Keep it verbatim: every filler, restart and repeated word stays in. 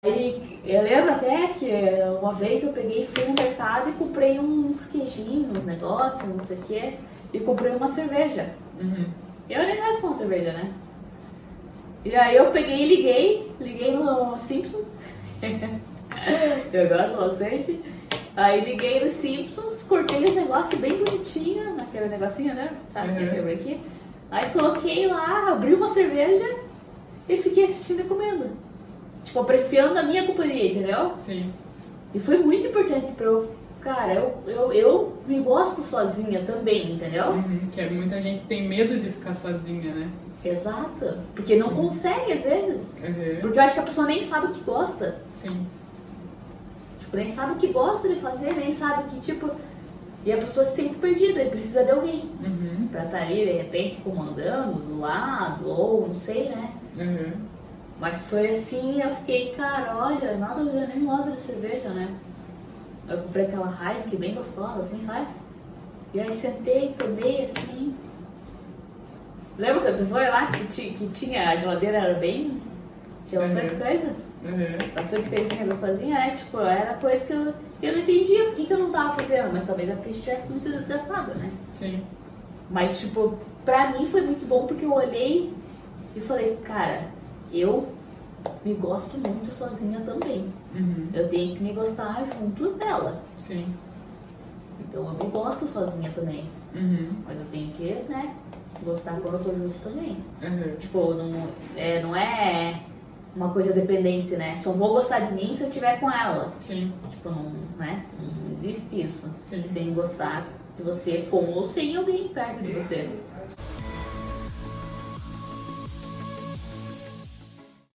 Aí eu lembro até que uma vez eu peguei, fui no mercado e comprei uns queijinhos, uns negócios, não sei o que, e comprei uma cerveja. Uhum. Eu nem gosto de uma cerveja, né? E aí eu peguei e liguei, liguei no Simpsons. Eu gosto bastante. Aí liguei no Simpsons, cortei os negócios bem bonitinho, naquele negocinho, né? Sabe o Uhum. que é aqui? Aí coloquei lá, abri uma cerveja e fiquei assistindo e comendo. Tipo, apreciando a minha companhia, entendeu? Sim. E foi muito importante pra eu... Cara, eu, eu, eu me gosto sozinha também, entendeu? Uhum. Que é, muita gente tem medo de ficar sozinha, né? Exato. Porque não consegue, às vezes. Uhum. Porque eu acho que a pessoa nem sabe o que gosta. Sim. Tipo, nem sabe o que gosta de fazer, nem sabe que, tipo... E a pessoa se sente perdida e precisa de alguém. Uhum. Pra estar ali, de repente, comandando, do lado, ou não sei, né? Uhum. Mas foi assim, eu fiquei, cara, olha, nada a ver, eu nem gosto de cerveja, né? Eu comprei aquela Heineken bem gostosa, assim, sabe? E aí sentei, tomei, assim... Lembra quando você foi lá, que, você tinha, que tinha, a geladeira era bem... Tinha bastante Uhum. coisa? Uhum. Bastante coisinha gostosinha, é, tipo, era coisa que eu, eu não entendia por que, que eu não tava fazendo, mas talvez é porque a gente estivesse muito desgastado, né? Sim. Mas, tipo, pra mim foi muito bom porque eu olhei e falei, cara, eu me gosto muito sozinha também. Uhum. Eu tenho que me gostar junto dela. Sim. Então eu me gosto sozinha também. Uhum. Mas eu tenho que, né, gostar quando eu tô junto também. Uhum. Tipo, não é, não é uma coisa dependente, né? Só vou gostar de mim se eu estiver com ela. Sim. Tipo, não, né? Não existe isso. Sim. Sem gostar de você com ou sem alguém perto de você.